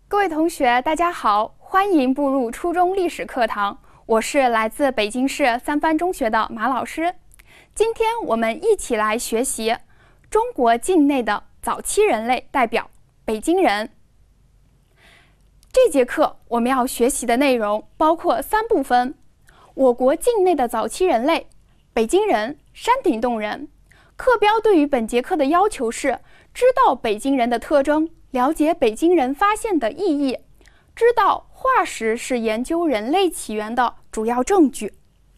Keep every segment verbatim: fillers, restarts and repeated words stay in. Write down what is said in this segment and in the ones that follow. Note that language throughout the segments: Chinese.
各位同学，大家好，欢迎步入初中历史课堂。我是来自北京市三藩中学的马老师。今天我们一起来学习中国境内的早期人类代表北京人。这节课我们要学习的内容包括三部分：我国境内的早期人类、北京人、山顶洞人。课标对于本节课的要求是知道北京人的特征，了解北京人发现的意义，知道化石是研究人类起源的主要证据。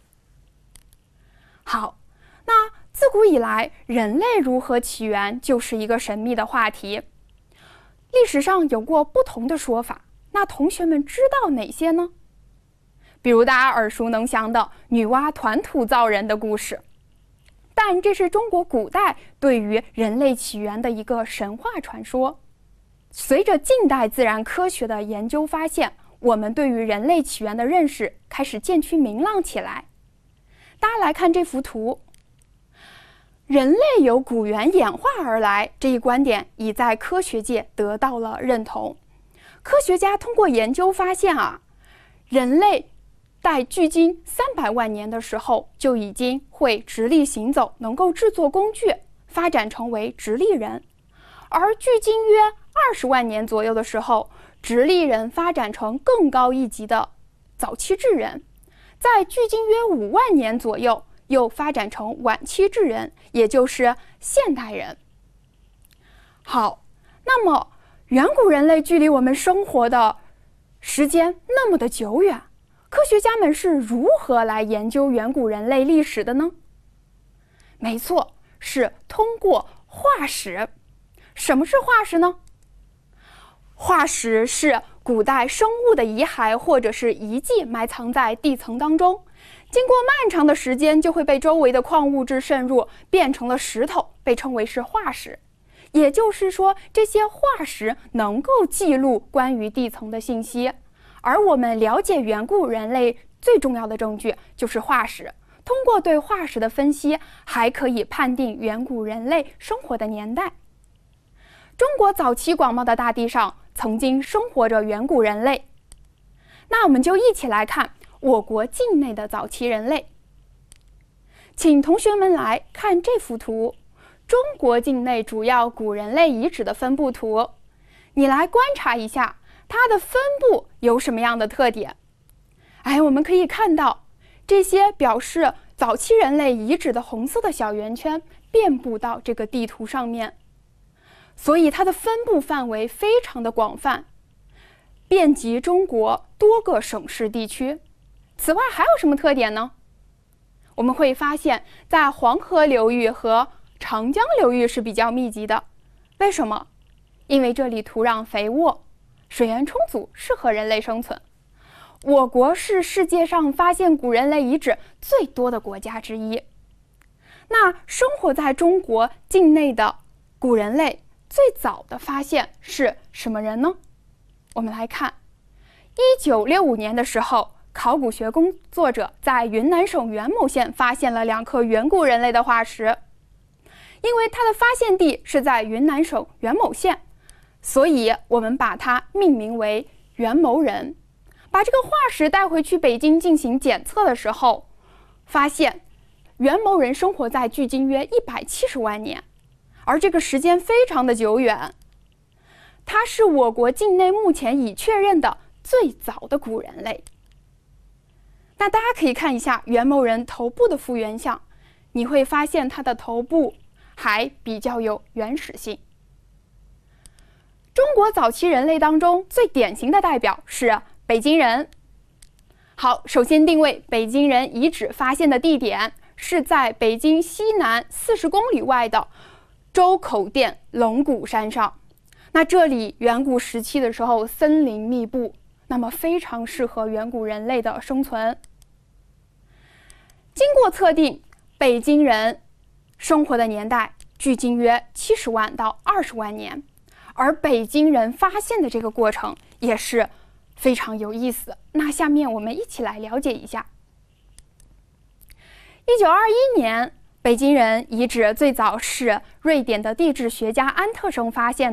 好，那自古以来，人类如何起源就是一个神秘的话题。历史上有过不同的说法，那同学们知道哪些呢？比如大家耳熟能详的女娲团土造人的故事。但这是中国古代对于人类起源的一个神话传说。随着近代自然科学的研究发现，我们对于人类起源的认识开始渐趋明朗起来。大家来看这幅图，人类由古猿演化而来，这一观点已在科学界得到了认同。科学家通过研究发现啊，人类在距今三百万年的时候就已经会直立行走，能够制作工具，发展成为直立人。而距今约二十万年左右的时候，直立人发展成更高一级的早期智人。在距今约五万年左右，又发展成晚期智人，也就是现代人。好，那么远古人类距离我们生活的时间那么的久远，科学家们是如何来研究远古人类历史的呢？没错，是通过化石。什么是化石呢？化石是古代生物的遗骸或者是遗迹埋藏在地层当中，经过漫长的时间就会被周围的矿物质渗入，变成了石头，被称为是化石。也就是说，这些化石能够记录关于地层的信息。而我们了解远古人类最重要的证据就是化石。通过对化石的分析，还可以判定远古人类生活的年代。中国早期广袤的大地上曾经生活着远古人类。那我们就一起来看我国境内的早期人类。请同学们来看这幅图，中国境内主要古人类遗址的分布图。你来观察一下它的分布有什么样的特点？哎，我们可以看到这些表示早期人类遗址的红色的小圆圈遍布到这个地图上面，所以它的分布范围非常的广泛，遍及中国多个省市地区。此外还有什么特点呢？我们会发现在黄河流域和长江流域是比较密集的。为什么？因为这里土壤肥沃，水源充足，适合人类生存。我国是世界上发现古人类遗址最多的国家之一。那生活在中国境内的古人类最早的发现是什么人呢？我们来看，一九六五年的时候，考古学工作者在云南省元谋县发现了两颗远古人类的化石。因为它的发现地是在云南省元谋县，所以我们把它命名为元谋人。把这个化石带回去北京进行检测的时候，发现元谋人生活在距今约一百七十万年，而这个时间非常的久远。它是我国境内目前已确认的最早的古人类。那大家可以看一下元谋人头部的复原像，你会发现它的头部还比较有原始性。中国早期人类当中最典型的代表是北京人。好，首先定位北京人遗址发现的地点是在北京西南四十公里外的周口店龙骨山上。那这里远古时期的时候森林密布，那么非常适合远古人类的生存。经过测定，北京人生活的年代距今约七十万到二十万年，而北京人发现的这个过程也是非常有意思。那下面我们一起来了解一下。一九二一年，北京人遗址最早是瑞典的地质学家安特生发现的。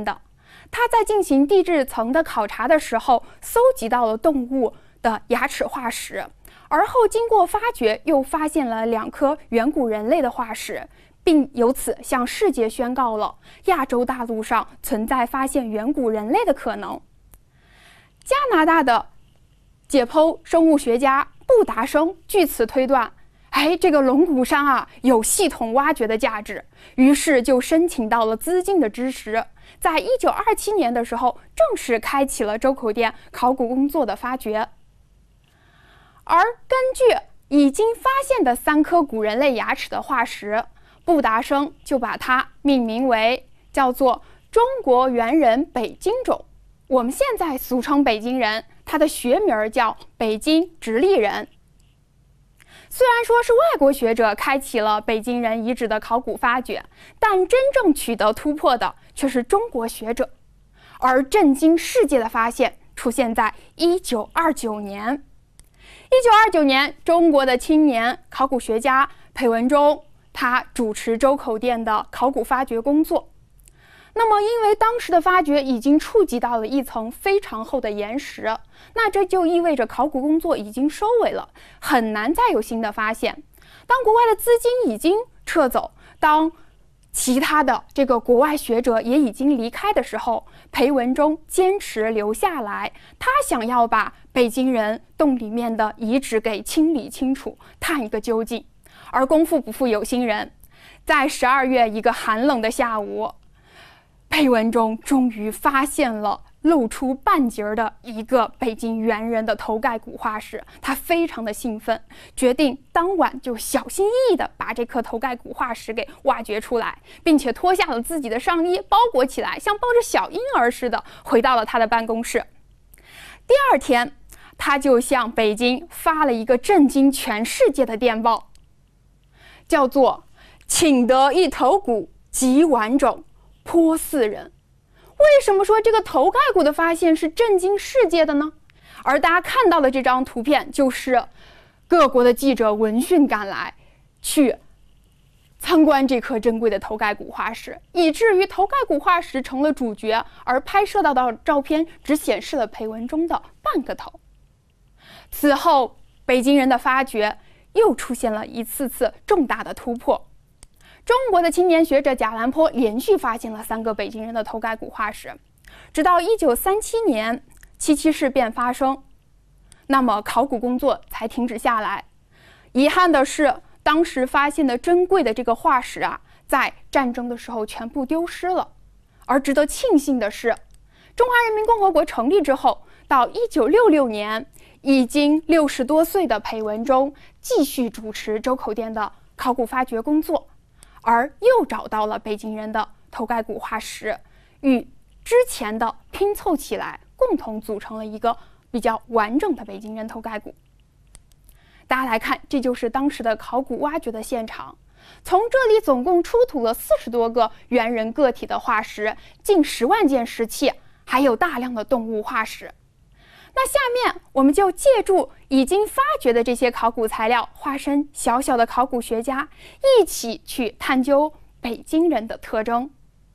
他在进行地质层的考察的时候，搜集到了动物的牙齿化石，而后经过发掘，又发现了两颗远古人类的化石，并由此向世界宣告了亚洲大陆上存在发现远古人类的可能。加拿大的解剖生物学家布达生据此推断，哎，这个龙骨山啊有系统挖掘的价值，于是就申请到了资金的支持，在一九二七年的时候正式开启了周口店考古工作的发掘。而根据已经发现的三颗古人类牙齿的化石，布达生就把它命名为叫做中国猿人北京种，我们现在俗称北京人，它的学名叫北京直立人。虽然说是外国学者开启了北京人遗址的考古发掘，但真正取得突破的却是中国学者。而震惊世界的发现出现在一九二九年。一九二九年，中国的青年考古学家裴文中，他主持周口店的考古发掘工作。那么因为当时的发掘已经触及到了一层非常厚的岩石，那这就意味着考古工作已经收尾了，很难再有新的发现。当国外的资金已经撤走，当其他的这个国外学者也已经离开的时候，裴文中坚持留下来，他想要把北京人洞里面的遗址给清理清楚，探一个究竟。而功夫不负有心人，在十二月一个寒冷的下午，裴文中终于发现了露出半截的一个北京猿人的头盖骨化石，他非常的兴奋，决定当晚就小心翼翼地把这颗头盖骨化石给挖掘出来，并且脱下了自己的上衣包裹起来，像抱着小婴儿似的回到了他的办公室。第二天，他就向北京发了一个震惊全世界的电报，叫做请得一头骨极完整，颇似人。为什么说这个头盖骨的发现是震惊世界的呢？而大家看到的这张图片就是各国的记者闻讯赶来，去参观这颗珍贵的头盖骨化石，以至于头盖骨化石成了主角，而拍摄到的照片只显示了裴文中的半个头。此后，北京人的发掘又出现了一次次重大的突破。中国的青年学者贾兰坡连续发现了三个北京人的头盖骨化石，直到一九三七年七七事变发生，那么考古工作才停止下来。遗憾的是，当时发现的珍贵的这个化石啊，在战争的时候全部丢失了。而值得庆幸的是，中华人民共和国成立之后，到一九六六年，已经六十多岁的裴文中继续主持周口店的考古发掘工作。而又找到了北京人的头盖骨化石，与之前的拼凑起来，共同组成了一个比较完整的北京人头盖骨。大家来看，这就是当时的考古挖掘的现场。从这里总共出土了四十多个猿人个体的化石，近十万件石器，还有大量的动物化石。那下面我们就借助已经发掘的这些考古材料，化身小小的考古学家，一起去探究北京人的特征。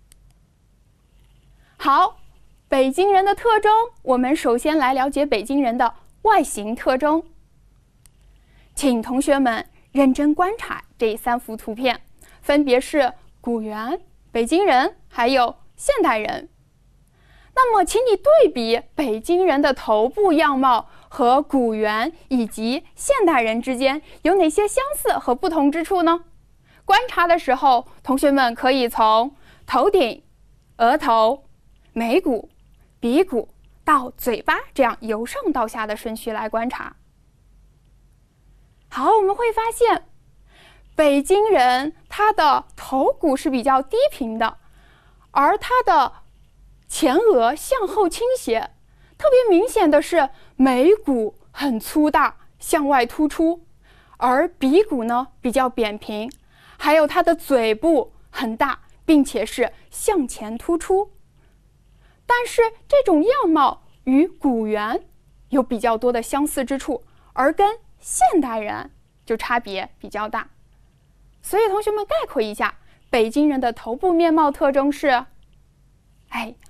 好，北京人的特征，我们首先来了解北京人的外形特征。请同学们认真观察这三幅图片，分别是古猿、北京人还有现代人。那么请你对比北京人的头部样貌和古猿以及现代人之间有哪些相似和不同之处呢？观察的时候，同学们可以从头顶、额头、眉骨、鼻骨到嘴巴这样由上到下的顺序来观察。好，我们会发现北京人他的头骨是比较低平的，而他的前额向后倾斜，特别明显的是眉骨很粗大，向外突出，而鼻骨呢比较扁平，还有它的嘴部很大，并且是向前突出。但是这种样貌与古猿有比较多的相似之处，而跟现代人就差别比较大。所以同学们概括一下，北京人的头部面貌特征是，哎。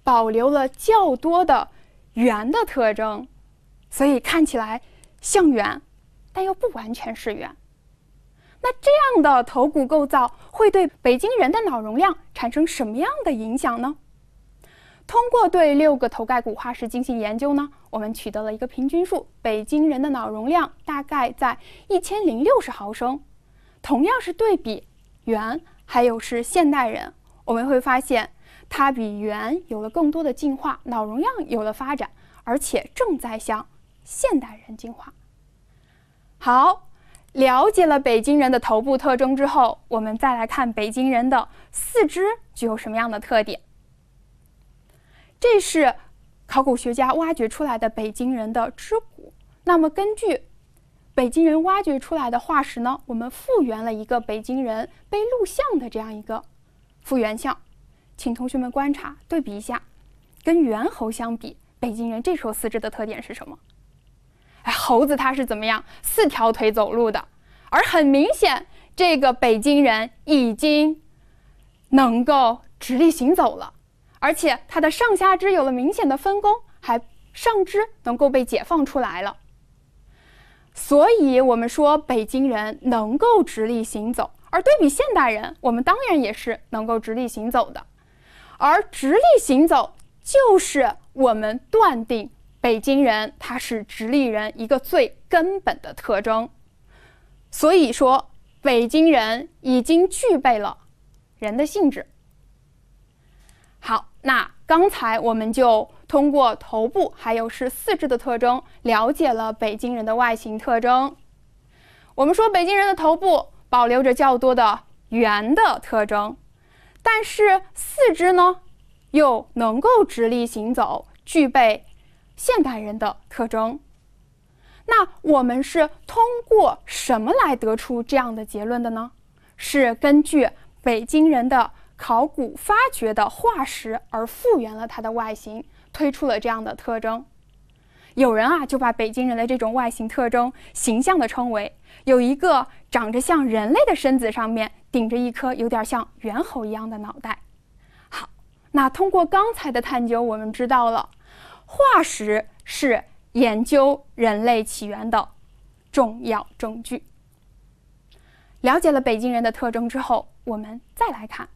保留了较多的圆的特征，所以看起来像圆，但又不完全是圆。那这样的头骨构造会对北京人的脑容量产生什么样的影响呢？通过对六个头盖骨化石进行研究呢，我们取得了一个平均数，北京人的脑容量大概在一千零六十毫升。同样是对比猿还有是现代人，我们会发现它比猿有了更多的进化，脑容量有了发展，而且正在向现代人进化。好，了解了北京人的头部特征之后，我们再来看北京人的四肢具有什么样的特点。这是考古学家挖掘出来的北京人的肢骨。那么根据北京人挖掘出来的化石呢，我们复原了一个北京人被录像的这样一个复原像。请同学们观察对比一下，跟猿猴相比，北京人这时候四肢的特点是什么？哎，猴子它是怎么样？四条腿走路的，而很明显，这个北京人已经能够直立行走了。而且它的上下肢有了明显的分工，还上肢能够被解放出来了。所以我们说北京人能够直立行走，而对比现代人，我们当然也是能够直立行走的。而直立行走就是我们断定北京人他是直立人一个最根本的特征。所以说北京人已经具备了人的性质。好，那刚才我们就通过头部还有是四肢的特征，了解了北京人的外形特征。我们说北京人的头部保留着较多的圆的特征，但是四肢呢又能够直立行走，具备现代人的特征。那我们是通过什么来得出这样的结论的呢？是根据北京人的考古发掘的化石而复原了它的外形，推出了这样的特征。有人啊就把北京人的这种外形特征形象地称为有一个长着像人类的身子，上面顶着一颗有点像猿猴一样的脑袋。好，那通过刚才的探究，我们知道了化石是研究人类起源的重要证据。了解了北京人的特征之后，我们再来看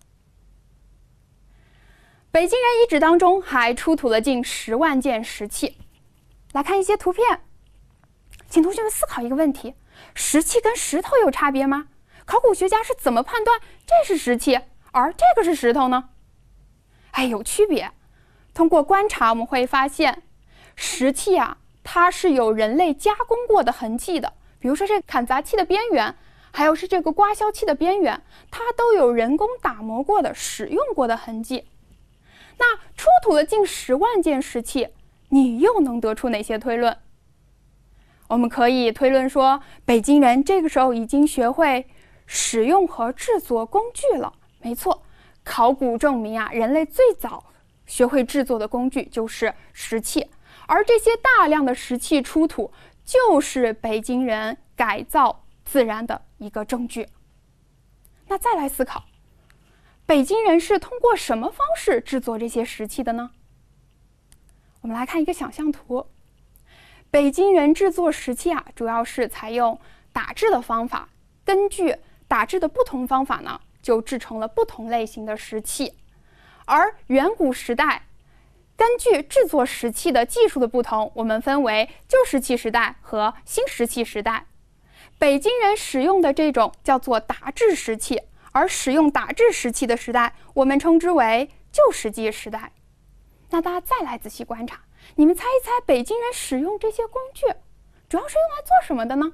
北京人遗址当中还出土了近十万件石器。来看一些图片，请同学们思考一个问题：石器跟石头有差别吗？考古学家是怎么判断这是石器，而这个是石头呢？哎，有区别。通过观察，我们会发现，石器啊，它是有人类加工过的痕迹的。比如说这砍砸器的边缘，还有是这个刮削器的边缘，它都有人工打磨过的、使用过的痕迹。那出土了近十万件石器，你又能得出哪些推论？我们可以推论说，北京人这个时候已经学会使用和制作工具了。没错，考古证明啊，人类最早学会制作的工具就是石器，而这些大量的石器出土，就是北京人改造自然的一个证据。那再来思考，北京人是通过什么方式制作这些石器的呢？我们来看一个想象图。北京人制作石器啊，主要是采用打制的方法，根据打制的不同方法呢，就制成了不同类型的石器。而远古时代，根据制作石器的技术的不同，我们分为旧石器时代和新石器时代。北京人使用的这种叫做打制石器，而使用打制石器的时代，我们称之为旧石器时代。那大家再来仔细观察，你们猜一猜，北京人使用这些工具，主要是用来做什么的呢？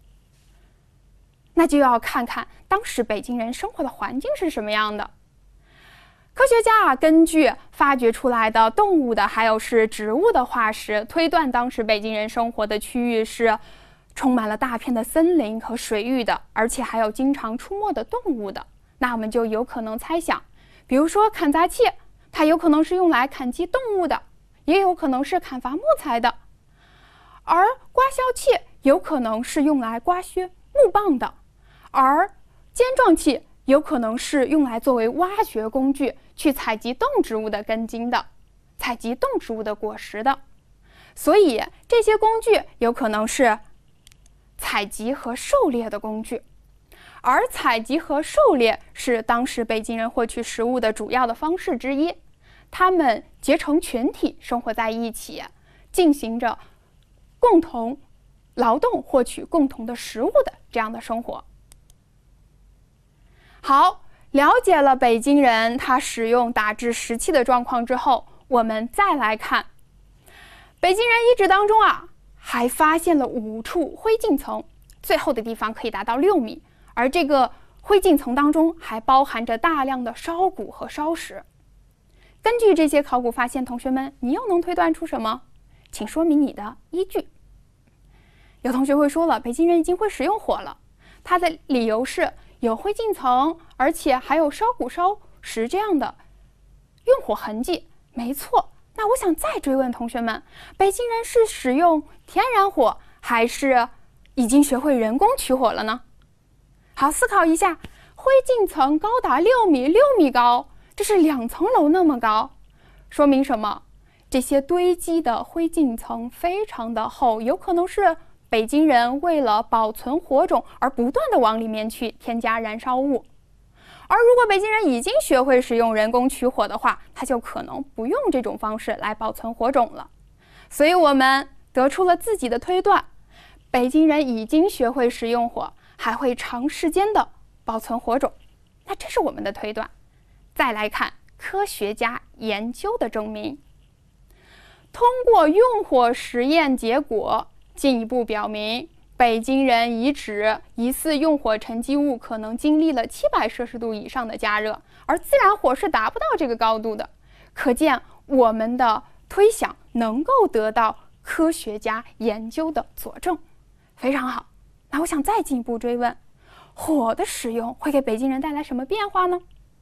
那就要看看当时北京人生活的环境是什么样的。科学家啊，根据发掘出来的动物的还有是植物的化石，推断当时北京人生活的区域是充满了大片的森林和水域的，而且还有经常出没的动物的。那我们就有可能猜想，比如说砍砸器，它有可能是用来砍击动物的，也有可能是砍伐木材的；而刮削器有可能是用来刮削木棒的；而尖状器有可能是用来作为挖掘工具去采集动植物的根茎的，采集动植物的果实的。所以这些工具有可能是采集和狩猎的工具，而采集和狩猎是当时北京人获取食物的主要的方式之一。他们结成群体生活在一起，进行着共同劳动获取共同的食物的这样的生活。好，了解了北京人他使用打制石器的状况之后，我们再来看北京人遗址当中啊，还发现了五处灰烬层，最厚的地方可以达到六米，而这个灰烬层当中还包含着大量的烧骨和烧石。根据这些考古发现，同学们，你又能推断出什么？请说明你的依据。有同学会说了，北京人已经会使用火了，他的理由是有灰烬层，而且还有烧骨烧石这样的用火痕迹。没错，那我想再追问同学们，北京人是使用天然火，还是已经学会人工取火了呢？好，思考一下，灰烬层高达六米，六米高，这是两层楼那么高，说明什么？这些堆积的灰烬层非常的厚，有可能是北京人为了保存火种而不断的往里面去添加燃烧物。而如果北京人已经学会使用人工取火的话，他就可能不用这种方式来保存火种了。所以我们得出了自己的推断，北京人已经学会使用火，还会长时间的保存火种。那这是我们的推断。再来看科学家研究的证明，通过用火实验结果进一步表明，北京人遗址疑似用火沉积物可能经历了七百摄氏度以上的加热，而自然火是达不到这个高度的。可见我们的推想能够得到科学家研究的佐证。非常好，那我想再进一步追问，火的使用会给北京人带来什么变化呢？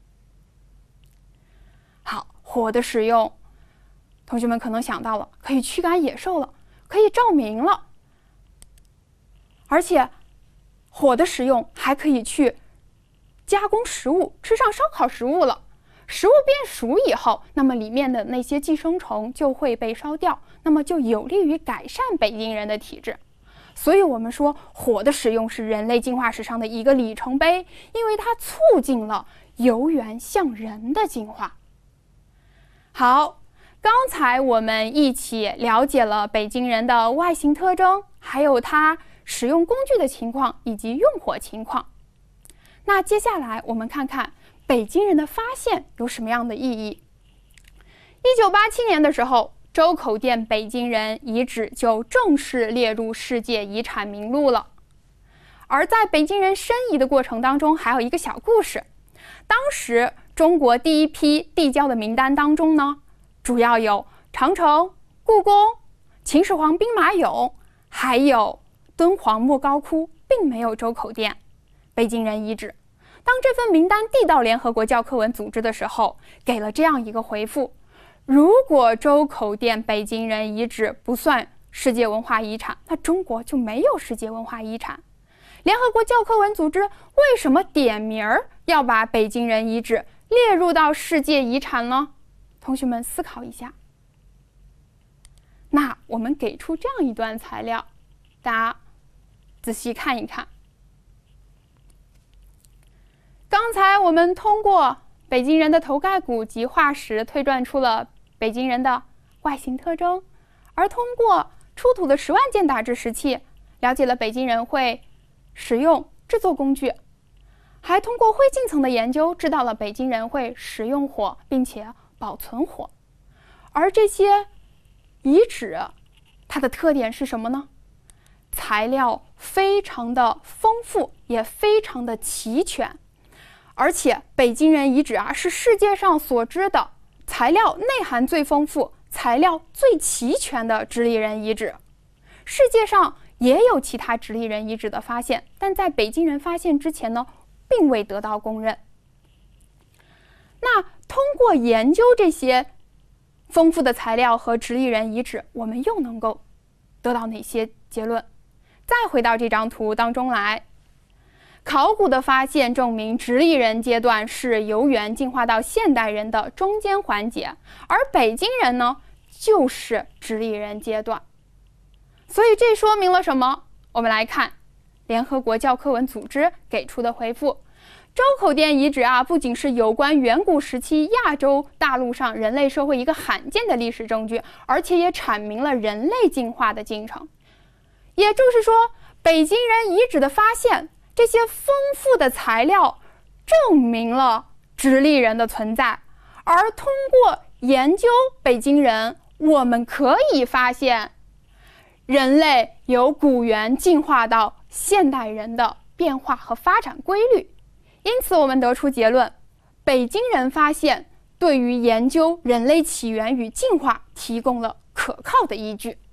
好，火的使用，同学们可能想到了，可以驱赶野兽了，可以照明了，而且火的使用还可以去加工食物，吃上烧烤食物了。食物变熟以后，那么里面的那些寄生虫就会被烧掉，那么就有利于改善北京人的体质。所以我们说，火的使用是人类进化史上的一个里程碑，因为它促进了由猿向人的进化。好，刚才我们一起了解了北京人的外形特征，还有它使用工具的情况以及用火情况。那接下来我们看看北京人的发现有什么样的意义。一九八七年的时候，周口店北京人遗址就正式列入世界遗产名录了。而在北京人申遗的过程当中，还有一个小故事。当时中国第一批递交的名单当中呢，主要有长城、故宫、秦始皇兵马俑，还有敦煌莫高窟，并没有周口店北京人遗址。当这份名单递到联合国教科文组织的时候，给了这样一个回复：如果周口店北京人遗址不算世界文化遗产，那中国就没有世界文化遗产。联合国教科文组织为什么点名儿要把北京人遗址列入到世界遗产呢？同学们思考一下。那我们给出这样一段材料，大家仔细看一看。刚才我们通过北京人的头盖骨及化石推断出了北京人的外形特征，而通过出土的十万件打制石器，了解了北京人会使用制作工具，还通过灰烬层的研究，知道了北京人会使用火并且保存火。而这些遗址，它的特点是什么呢？材料非常的丰富，也非常的齐全。而且北京人遗址啊，是世界上所知的材料内涵最丰富、材料最齐全的直立人遗址。世界上也有其他直立人遗址的发现，但在北京人发现之前呢，并未得到公认。那通过研究这些丰富的材料和直立人遗址，我们又能够得到哪些结论？再回到这张图当中来， 考古的发现证明，直立人阶段是由猿进化到现代人的中间环节，而北京人呢，就是直立人阶段。所以这说明了什么？我们来看联合国教科文组织给出的回复：周口店遗址啊，不仅是有关远古时期亚洲大陆上人类社会一个罕见的历史证据，而且也阐明了人类进化的进程。也就是说，北京人遗址的发现，这些丰富的材料证明了直立人的存在，而通过研究北京人，我们可以发现人类由古猿进化到现代人的变化和发展规律。因此我们得出结论，北京人发现对于研究人类起源与进化提供了可靠的依据。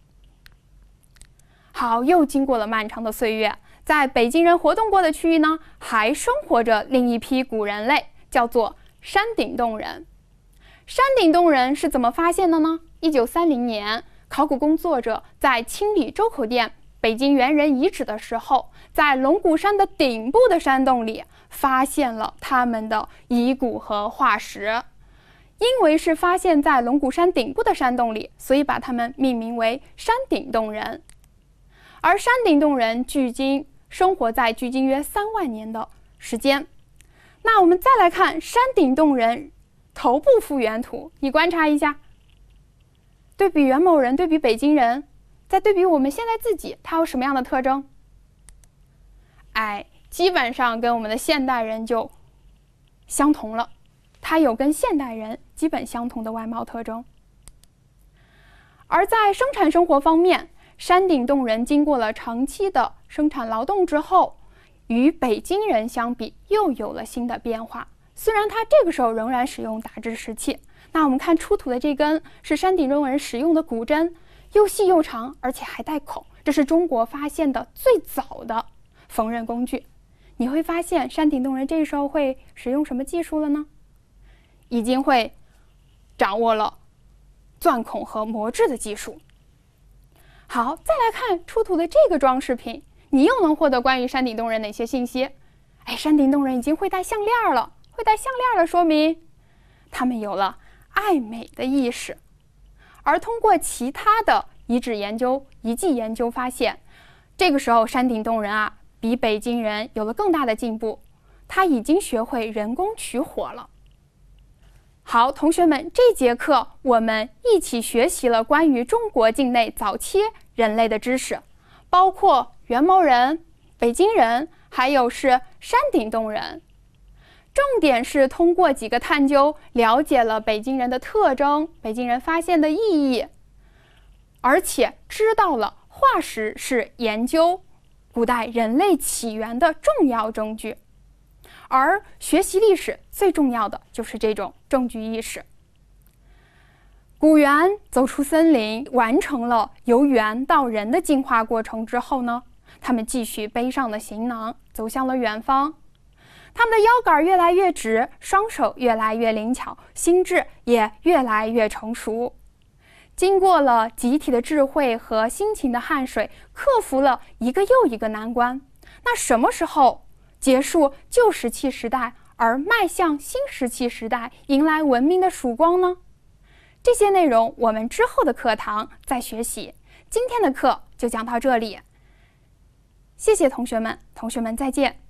好，又经过了漫长的岁月，在北京人活动过的区域呢，还生活着另一批古人类，叫做山顶洞人。山顶洞人是怎么发现的呢？一九三零年，考古工作者在清理周口店北京猿人遗址的时候，在龙骨山的顶部的山洞里发现了他们的遗骨和化石。因为是发现在龙骨山顶部的山洞里，所以把它们命名为山顶洞人。而山顶洞人距今生活在距今约三万年的时间。那我们再来看山顶洞人头部复原图，你观察一下，对比元谋人，对比北京人，再对比我们现在自己，它有什么样的特征？哎，基本上跟我们的现代人就相同了，它有跟现代人基本相同的外貌特征。而在生产生活方面，山顶洞人经过了长期的生产劳动之后，与北京人相比又有了新的变化。虽然他这个时候仍然使用打制石器，那我们看出土的这根是山顶洞人使用的骨针，又细又长，而且还带孔，这是中国发现的最早的缝纫工具。你会发现山顶洞人这时候会使用什么技术了呢？已经会掌握了钻孔和磨制的技术。好，再来看出土的这个装饰品，你又能获得关于山顶洞人哪些信息？哎，山顶洞人已经会戴项链了，会戴项链了，说明他们有了爱美的意识。而通过其他的遗址研究、遗迹研究发现，这个时候山顶洞人啊，比北京人有了更大的进步，他已经学会人工取火了。好，同学们，这节课我们一起学习了关于中国境内早期人类的知识，包括元谋人、北京人，还有是山顶洞人。重点是通过几个探究，了解了北京人的特征、北京人发现的意义，而且知道了化石是研究古代人类起源的重要证据。而学习历史最重要的就是这种证据意识。古猿走出森林，完成了由猿到人的进化过程之后呢，他们继续背上了行囊，走向了远方。他们的腰杆越来越直，双手越来越灵巧，心智也越来越成熟。经过了集体的智慧和辛勤的汗水，克服了一个又一个难关。那什么时候结束旧石器时代，而迈向新石器时代，迎来文明的曙光呢？这些内容我们之后的课堂再学习。今天的课就讲到这里，谢谢同学们，同学们再见。